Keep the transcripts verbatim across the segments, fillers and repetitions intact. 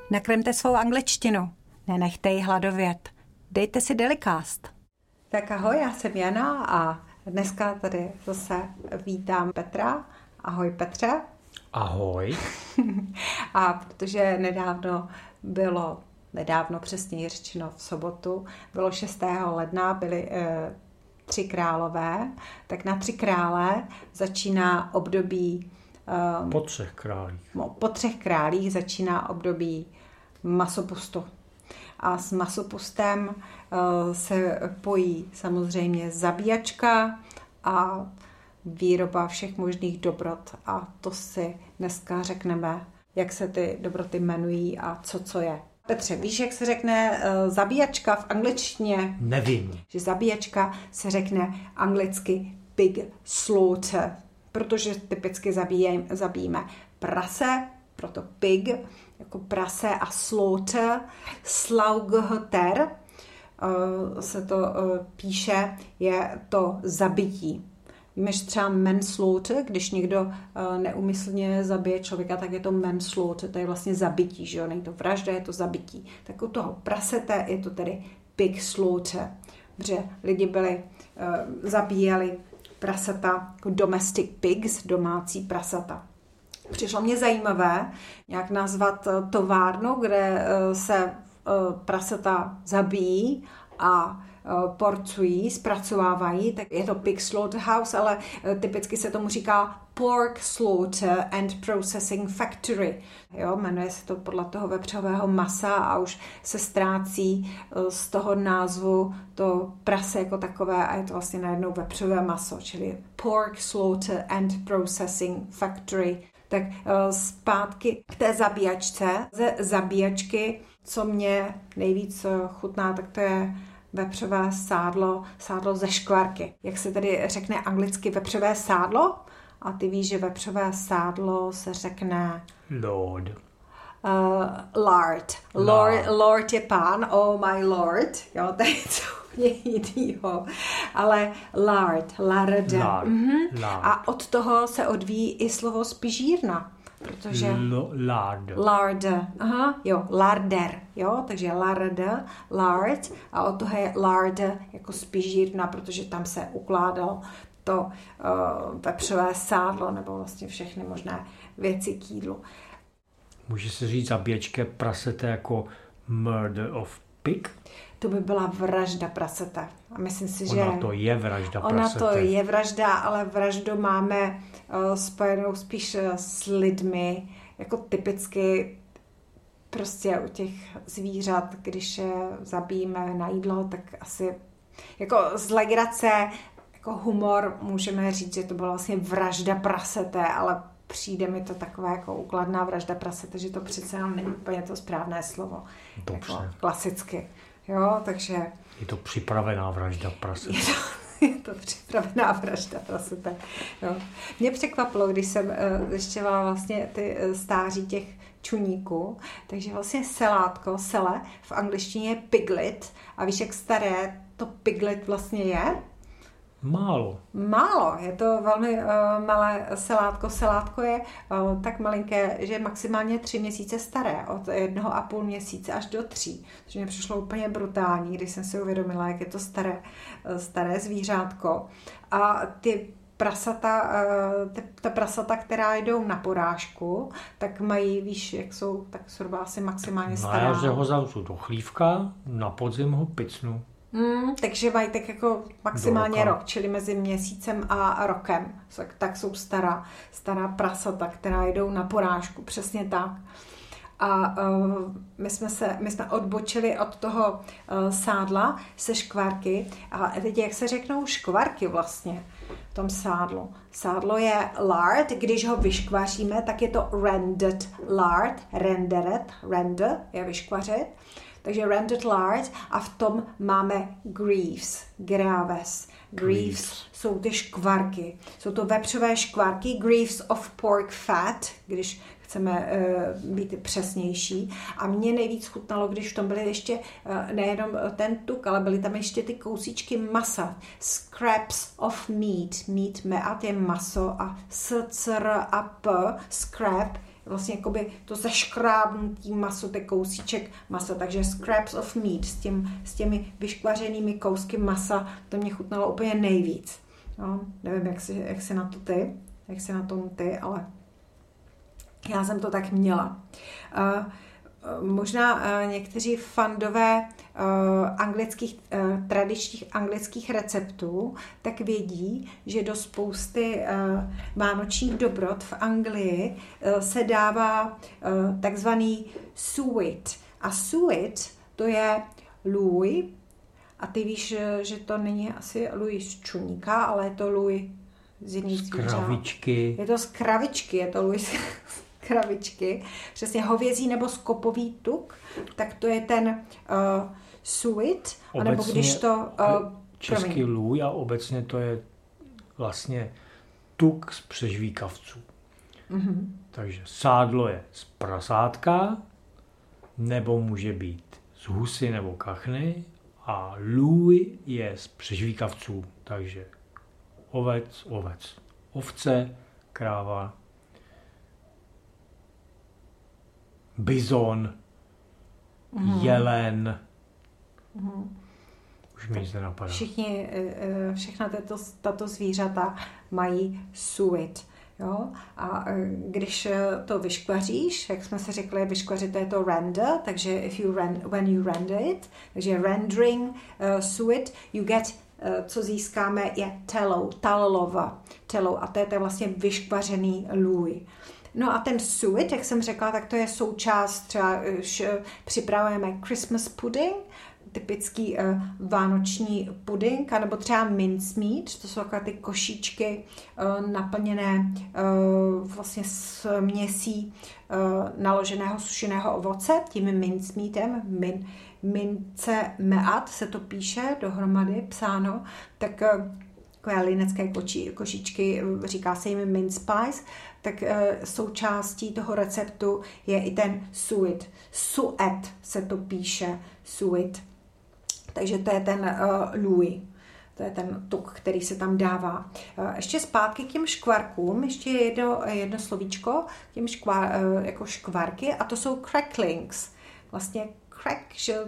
Nakrmte svou angličtinu. Nenechte ji hladovět. Dejte si Dailycast. Tak ahoj, já jsem Jana a dneska tady zase vítám Petra. Ahoj Petře. Ahoj. A protože nedávno bylo, nedávno přesněji řečeno v sobotu, bylo šestého ledna, byly e, tři králové, tak na tři krále začíná období... E, po třech králích. Po třech králích začíná období masopustu. A s masopustem e, se pojí samozřejmě zabíjačka a výroba všech možných dobrot. A to si dneska řekneme, jak se ty dobroty jmenují a co co je. Petře, víš, jak se řekne uh, zabíjačka v angličtině? Nevím. Že zabíjačka se řekne anglicky pig slaughter, protože typicky zabíjem, zabijíme prase, proto pig, jako prase a slaughter, slaughter uh, se to uh, píše, je to zabití. Víme, že třeba manslaughter, když někdo uh, neumyslně zabije člověka, tak je to manslaughter, to je vlastně zabití, že jo? Není to vražda, je to zabití. Tak u toho prasete je to tedy pig slaughter, protože lidi byli, uh, zabíjeli prasata jako domestic pigs, domácí prasata. Přišlo mě zajímavé nějak nazvat továrnu, kde uh, se uh, prasata zabíjí a porcují, zpracovávají, tak je to pig slaughterhouse, ale typicky se tomu říká pork slaughter and processing factory. Jo, jmenuje se to podle toho vepřového masa a už se ztrácí z toho názvu to prase jako takové a je to vlastně najednou vepřové maso, čili pork slaughter and processing factory. Tak zpátky k té zabíjačce. Ze zabíjačky, co mě nejvíc chutná, tak to je vepřové sádlo, sádlo ze škvarky. Jak se tedy řekne anglicky vepřové sádlo? A ty víš, že vepřové sádlo se řekne... Lord. Uh, lard. Lord. Lord je pán, oh my lord. Jo, to je co jinýho. Ale lard, lard. Lard. Mm-hmm. Lard. A od toho se odvíjí i slovo spižírna. Protože... L- lard. Lard. Aha, jo, larder, jo, takže lard, lard a od toho je lard jako spižírna, protože tam se ukládalo to uh, vepřové sádlo nebo vlastně všechny možné věci k jídlu. Může se říct zabíječké prasete jako murder of pig? To by byla vražda prasete. A myslím si, že... Ona to je vražda ona prasete. Ona to je vražda, ale vraždu máme uh, spojenou spíš uh, s lidmi, jako typicky prostě u těch zvířat, když je zabijíme na jídlo, tak asi jako z legrace, jako humor můžeme říct, že to byla vlastně vražda prasete, ale přijde mi to takové jako úkladná vražda prasete, že to přece jenom není úplně to správné slovo. Dobře. Jako klasicky. Jo, takže... Je to připravená vražda prasete. Je to, je to připravená vražda prasete. Jo. Mě překvapilo, když jsem uh, zjišťovala vlastně ty uh, stáří těch čuníků, takže vlastně selátko, sele v angličtině je piglet. A víš, jak staré to piglet vlastně je? Málo. Málo, je to velmi uh, malé selátko. Selátko je uh, tak malinké, že je maximálně tři měsíce staré, od jednoho a půl měsíce až do tří. Což mě přišlo úplně brutální, když jsem si uvědomila, jak je to staré, uh, staré zvířátko. A ty prasata, uh, ty, ta prasata, která jdou na porážku, tak mají, víš, jak jsou, tak zhruba asi maximálně stará. Na jaře ho zavřu do chlívka, na podzim ho picnu. Mm, takže mají tak jako maximálně Roka. rok, čili mezi měsícem a rokem. Tak, tak jsou stará, stará prasata, která jdou na porážku, přesně tak. A uh, my, jsme se, my jsme odbočili od toho uh, sádla se škvárky. A teď jak se řeknou škvárky vlastně v tom sádlu? Sádlo je lard, když ho vyškvaříme, tak je to rendered lard, rendered, render je vyškvařit. Takže rendered lard a v tom máme greaves, graves. Greaves jsou ty škvarky. Jsou to vepřové škvarky, greaves of pork fat, když chceme uh, být přesnější. A mě nejvíc chutnalo, když v tom byly ještě uh, nejenom ten tuk, ale byly tam ještě ty kousíčky masa. Scraps of meat. Meat, meat je maso a s, c, r a p, scrap, vlastně jakoby to zaškrábnutí maso, ty kousíček masa, takže scraps of meat s, tím, s těmi vyškvařenými kousky masa, to mě chutnalo úplně nejvíc. No, nevím, jak jsi, jak jsi na to ty, jak jsi na tom ty, ale já jsem to tak měla. Uh, Možná uh, někteří fandové uh, anglických, uh, tradičních anglických receptů tak vědí, že do spousty uh, vánočních dobrot v Anglii uh, se dává uh, takzvaný suet. A suet to je Louis, a ty víš, že to není asi Louis z čuníka, ale je to Louis z jiných zvířat. Z kravičky. Je to z kravičky, je to Louis kravičky, přesně hovězí nebo skopový tuk, tak to je ten uh, suet, anebo když to... Uh, český lůj a obecně to je vlastně tuk z přežvíkavců. Mm-hmm. Takže sádlo je z prasátka, nebo může být z husy nebo kachny a lůj je z přežvíkavců, takže ovec, ovec, ovce, kráva, bizon, mm. jelen. Mm. Už mi nic nenapadá. Všichni, všechna tato, tato zvířata mají suet. Jo? A když to vyškvaříš, jak jsme si řekli, vyškvařit to je to render, takže if you rend, when you render it, takže rendering uh, suet, you get, uh, co získáme, je tallow, tallow, tallow, a to je to vlastně vyškvařený lůj. No a ten suet, jak jsem řekla, tak to je součást, třeba š, připravujeme Christmas pudding, typický uh, vánoční puding, nebo třeba mincemeat, to jsou takové ty košíčky uh, naplněné uh, vlastně s měsí uh, naloženého sušeného ovoce, tím mincemeatem, min, mince meat se to píše dohromady, psáno, tak uh, takové linecké koči, košíčky, říká se jim mince pies, tak e, součástí toho receptu je i ten suet. Suet se to píše, suet. Takže to je ten uh, louis. To je ten tuk, který se tam dává. Uh, ještě zpátky k těm škvarkům, ještě jedno, jedno slovíčko, těm škvar, uh, jako škvarky, a to jsou cracklings. Vlastně crack, že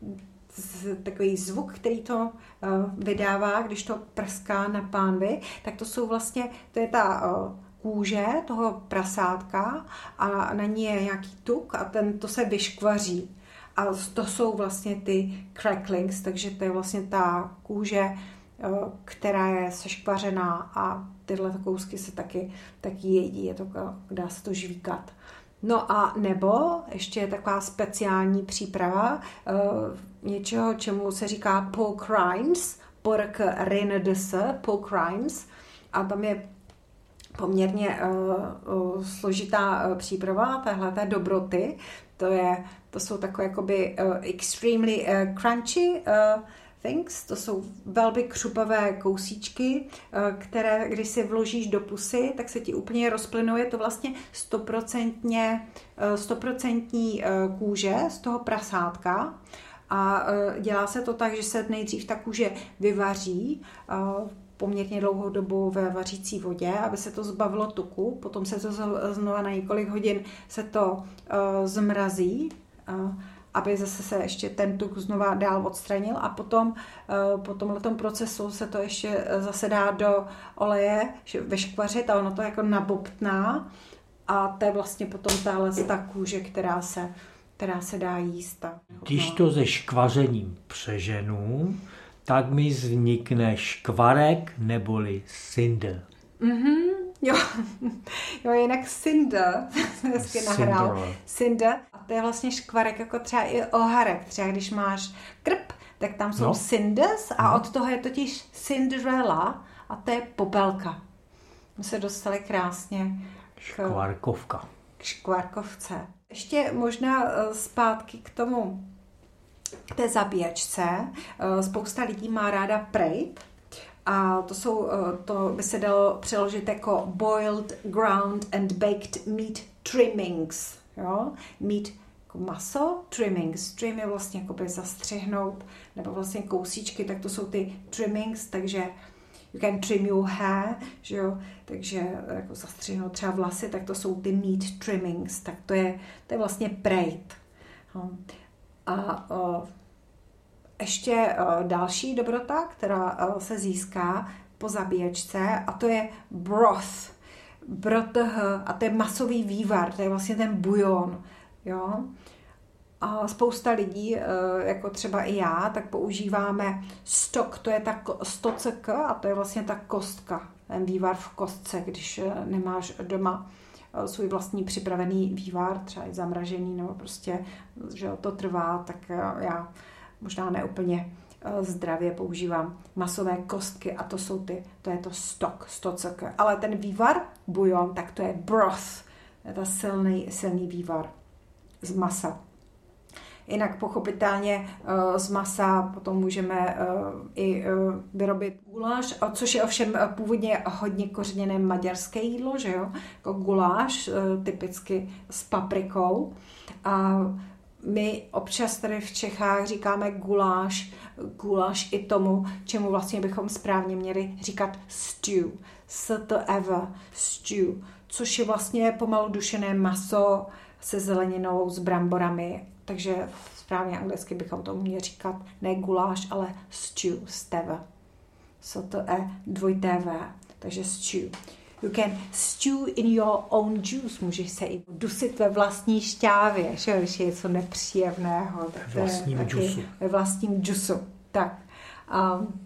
z, takový zvuk, který to uh, vydává, když to prská na pánvi, tak to jsou vlastně, to je ta uh, kůže toho prasátka a na ní je nějaký tuk a ten, to se vyškvaří. A to jsou vlastně ty cracklings, takže to je vlastně ta kůže, která je seškvařená a tyhle kousky se taky, taky jedí, je to, dá se to žvíkat. No a nebo ještě je taková speciální příprava něčeho, čemu se říká pork rinds, pork rinds, pork rinds, a tam je poměrně uh, uh, složitá uh, příprava téhleté dobroty. To, je, to jsou takové jakoby uh, extremely uh, crunchy uh, things. To jsou velmi křupavé kousíčky, uh, které, když si vložíš do pusy, tak se ti úplně rozplynou. Je to vlastně stoprocentně, uh, stoprocentní uh, kůže z toho prasátka. A uh, dělá se to tak, že se nejdřív ta kůže vyvaří, uh, poměrně dlouhou dobu ve vařící vodě, aby se to zbavilo tuku, potom se to znova na několik hodin se to uh, zmrazí, uh, aby zase se ještě ten tuk znova dál odstranil a potom uh, po tomhletom procesu se to ještě zase dá do oleje vyškvařit a ono to jako nabobtná a to je vlastně potom tahle ta kůže, která se, která se dá jíst. Když to se škvařením přeženu, tak mi vznikne škvarek neboli cinder. Mhm, jo. Jo, jinak cinder, jsem hezky nahrál. Cinder. A to je vlastně škvarek, jako třeba i oharek. Třeba když máš krp, tak tam jsou no. cinders a no. od toho je totiž Cinderella a to je popelka. My se dostali krásně k škvarkovka. K škvarkovce. Ještě možná zpátky k tomu k té zabíjačce. Spousta lidí má ráda Prep a to jsou, to by se dalo přeložit jako boiled, ground and baked meat trimmings. Jo? Meat jako maso, trimmings. Trim je vlastně jakoby zastřihnout, nebo vlastně kousíčky, tak to jsou ty trimmings, takže You can trim your hair, že jo, takže jako zastřihnout třeba vlasy, tak to jsou ty meat trimmings, tak to je, to je vlastně braid. A uh, ještě uh, další dobrota, která uh, se získá po zabíječce, a to je broth. Broth, a to je masový vývar, to je vlastně ten bujon, jo. A spousta lidí, jako třeba i já, tak používáme stock, to je ta stocek, a to je vlastně ta kostka, ten vývar v kostce, když nemáš doma svůj vlastní připravený vývar, třeba i zamražený, nebo prostě, že to trvá, tak já možná neúplně zdravě používám masové kostky, a to jsou ty, to je to stock, stocek. Ale ten vývar, bujon, tak to je broth, to je ta silný, silný vývar z masa. Jinak pochopitelně z masa potom můžeme i vyrobit guláš, což je ovšem původně hodně kořeněné maďarské jídlo, že jo? Jako guláš, typicky s paprikou. A my občas tady v Čechách říkáme guláš, guláš i tomu, čemu vlastně bychom správně měli říkat stew, stew, stew, což je vlastně pomalu dušené maso se zeleninou, s bramborami. Takže správně anglicky bychom tomu měli říkat ne guláš, ale stew, stev. So to je dvojité V, takže stew. You can stew in your own juice, můžeš se i dusit ve vlastní šťávě, že když je něco nepříjemného. Ve vlastním džusu. Ve vlastním džusu, tak. Um, uh,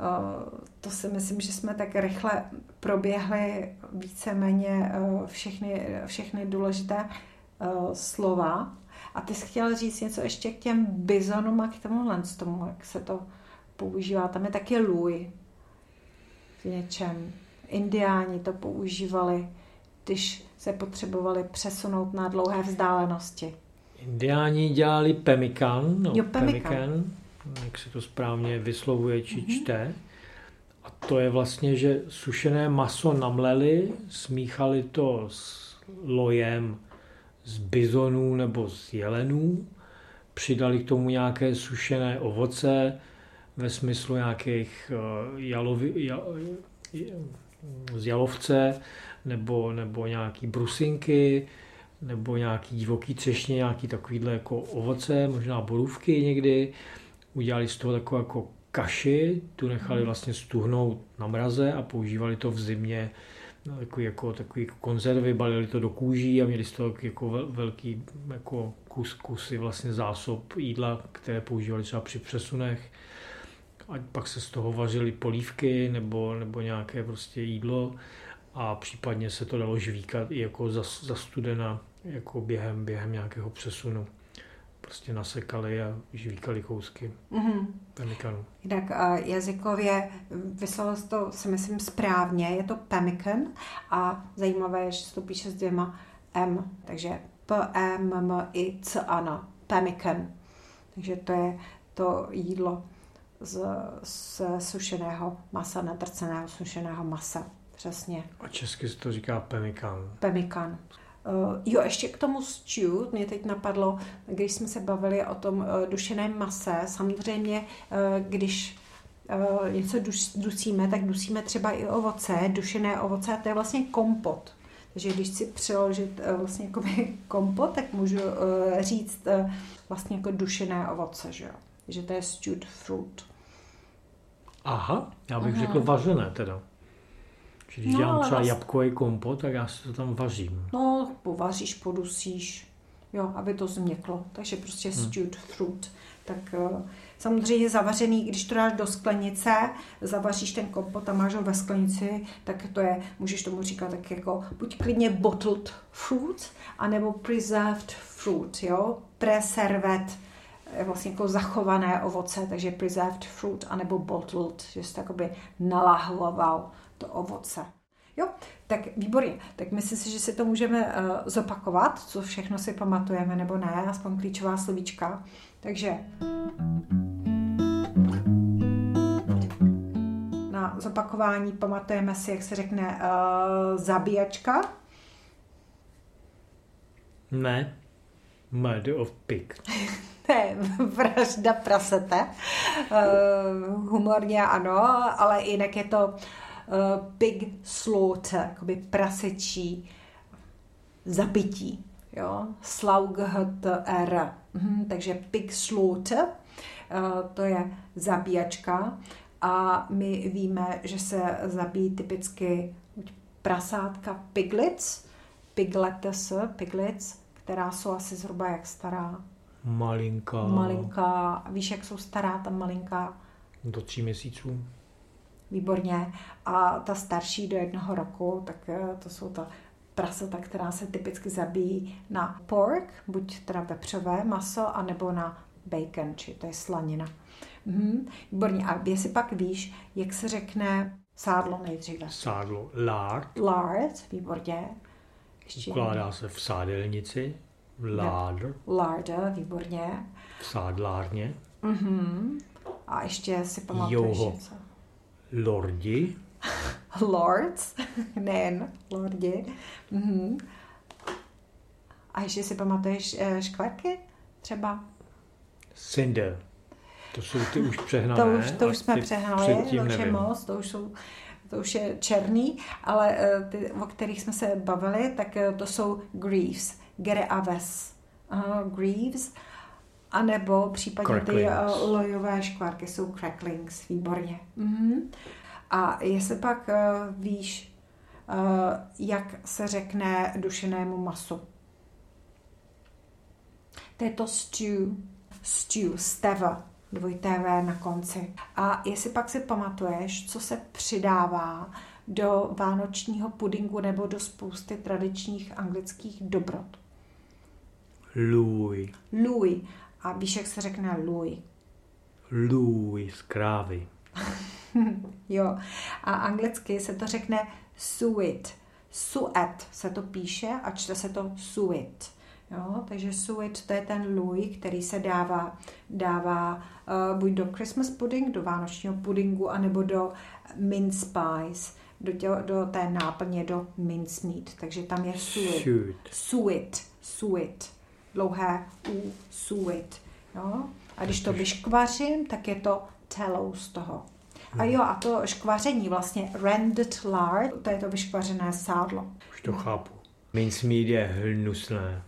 to si myslím, že jsme tak rychle proběhli víceméně uh, všechny, všechny důležité uh, slova. A ty jsi chtěla říct něco ještě k těm bizonům a k tomuhle z tomu, jak se to používá. Tam je taky lůj v něčem. Indiáni to používali, když se potřebovali přesunout na dlouhé vzdálenosti. Indiáni dělali pemmican, no, jo, pemmican. pemmican, jak se to správně vyslovuje či mm-hmm. čte. A to je vlastně, že sušené maso namleli, smíchali to s lojem z bizonů nebo z jelenů, přidali k tomu nějaké sušené ovoce ve smyslu nějakých jalovi, jal, z jalovce nebo, nebo nějaký brusinky nebo nějaký divoký třešně, nějaký takovýhle jako ovoce, možná borůvky někdy. Udělali z toho takovou jako kaši, tu nechali vlastně stuhnout na mraze a používali to v zimě takový, jako, takový konzervy, balili to do kůží a měli z toho jako velký jako kus, kusy vlastně zásob jídla, které používali třeba při přesunech. A pak se z toho vařily polívky nebo, nebo nějaké prostě jídlo a případně se to dalo žvíkat i jako za, za studena jako během, během nějakého přesunu. Prostě nasekali a žvíkali kousky mm-hmm. pemmicanu. Jinak jazykově vyslovil to, si myslím, správně, je to pemmican a zajímavé je, že se to píše s dvěma M, takže P E M M I C A N, pemmican. Takže to je to jídlo z, z sušeného masa, nadrceného sušeného masa. Přesně. A česky se to říká pemmican. Pemmican. Uh, jo, ještě k tomu stew, mě teď napadlo, když jsme se bavili o tom uh, dušeném mase, samozřejmě, uh, když uh, něco duš, dusíme, tak dusíme třeba i ovoce, dušené ovoce, a to je vlastně kompot. Takže když chci přeložit uh, vlastně jakoby kompot, tak můžu uh, říct uh, vlastně jako dušené ovoce, že jo? Že to je stewed fruit. Aha, já bych Aha. řekl vařené teda. Když no, dělám třeba vlastně jabkový kompot, tak já si to tam vařím. No, povaříš, podusíš, jo, aby to změklo. Takže prostě hmm. stewed fruit. Tak uh, samozřejmě zavařený, když to dáš do sklenice, zavaříš ten kompot a máš ho ve sklenici, tak to je, můžeš tomu říkat tak jako buď klidně bottled fruit, anebo preserved fruit, jo, preservet, vlastně jako zachované ovoce, takže preserved fruit, anebo bottled, že jsi takoby nalahoval to ovoce. Jo, tak výborně. Tak myslím si, že si to můžeme uh, zopakovat, co všechno si pamatujeme, nebo ne, aspoň klíčová slovíčka. Takže na zopakování pamatujeme si, jak se řekne uh, zabíjačka. Ne. Murder of pig. Ne, vražda prasete. Uh, humorně ano, ale jinak je to uh, pig slaughter, jakoby prasečí zabití. Jo? Slaughter. Mhm, takže pig slaughter, uh, to je zabíjačka a my víme, že se zabíjí typicky prasátka piglets, piglets, piglets, která jsou asi zhruba jak stará. Malinká. Malinká. Víš, jak jsou stará ta malinká? Do tří měsíců. Výborně. A ta starší do jednoho roku, tak to jsou ta prasata, která se typicky zabíjí na pork, buď teda vepřové maso, anebo na bacon, či to je slanina. Mhm. Výborně. A jestli pak víš, jak se řekne sádlo nejdříve? Sádlo. Lard. Lard, výborně. Ještě Ukládá se v sádelnici. Larder. Larder, výborně. V sádlárně. Mhm. A ještě si pamatuješ Joho. něco? Lordi. Lords, nejen lordi. Mhm. A ještě si pamatuješ škvarky třeba? Cinder. To jsou ty už přehnané. To už, to už jsme přehnali, to už je nevím. moc, to už, jsou, to už je černý, ale ty, o kterých jsme se bavili, tak to jsou greaves, gereaves, uh, greaves, anebo případně ty uh, lojové škvarky jsou cracklings, výborně. Mhm. A jestli pak uh, víš, uh, jak se řekne dušenému masu. To je to stew, stew, steva, dvojité V na konci. A jestli pak si pamatuješ, co se přidává do vánočního pudingu nebo do spousty tradičních anglických dobrot. Louis. Louis. A víš, jak se řekne Louis? Louis z krávy. Jo. A anglicky se to řekne suet. Suet se to píše a čte se to suet. Jo, takže suet to je ten Louis, který se dává, dává uh, buď do Christmas pudding, do vánočního pudingu, anebo do mince pies, do, tě, do té náplně do mince meat. Takže tam je suet. Suet. Suet. Dlouhé u suet. Jo? A když to vyškvařím, tak je to tallow z toho. A jo, a to škvaření vlastně rendered lard, to je to vyškvařené sádlo. Už to chápu. Mince meat je hnusné.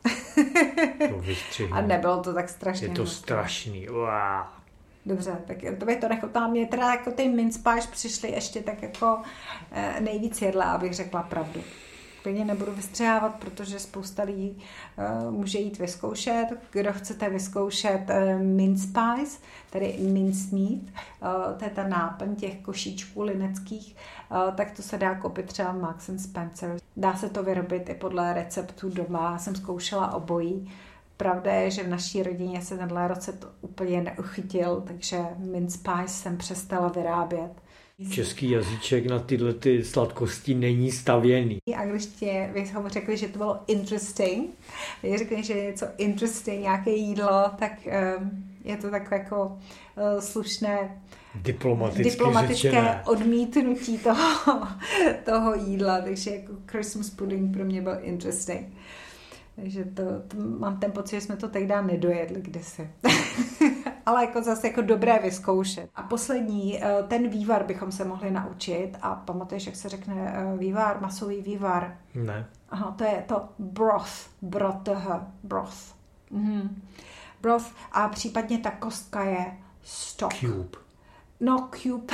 To a nebylo to tak strašně. Je to hnusné. Strašný. Wow. Dobře, tak to by to nechutná. Mě teda jako ty mince pies přišly ještě tak jako nejvíc jedle, abych řekla pravdu. Klidně nebudu vystřehávat, protože spousta lidí uh, může jít vyzkoušet. Kdo chcete vyzkoušet uh, mince pies, tedy mince meat, uh, to je ta náplň těch košíčků lineckých, uh, tak to se dá koupit třeba v Marks and Spencer. Dá se to vyrobit i podle receptů doma. Jsem zkoušela obojí. Pravda je, že v naší rodině se tenhle recept úplně neuchytil, takže mince pies jsem přestala vyrábět. Český jazyček na tyhle ty sladkosti není stavěný. A když tě bychom řekli, že to bylo interesting, když řekli, že je něco interesting, nějaké jídlo, tak um, je to takové jako uh, slušné diplomaticky diplomatické řečené odmítnutí toho, toho jídla, takže jako Christmas pudding pro mě byl interesting. Takže to, to, mám ten pocit, že jsme to tehdy nedojedli kdysi. Ale jako zase jako dobré vyzkoušet. A poslední, ten vývar bychom se mohli naučit. A pamatuješ, jak se řekne vývar, masový vývar? Ne. Aha, to je to broth. Broth. Broth. Mhm. Broth. A případně ta kostka je stock. Cube. No, cube.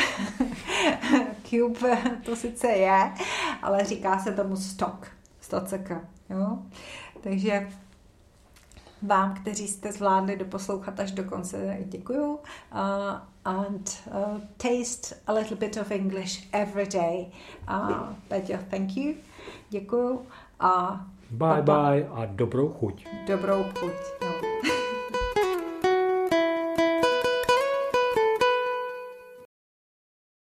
Cube to sice je, ale říká se tomu stock. Stoceka. Jo? Takže vám, kteří jste zvládli doposlouchat až do konce, děkuju. Uh, and uh, taste a little bit of English every day. Uh, Peťo, thank you. Děkuju. A bye bye a dobrou chuť. Dobrou chuť.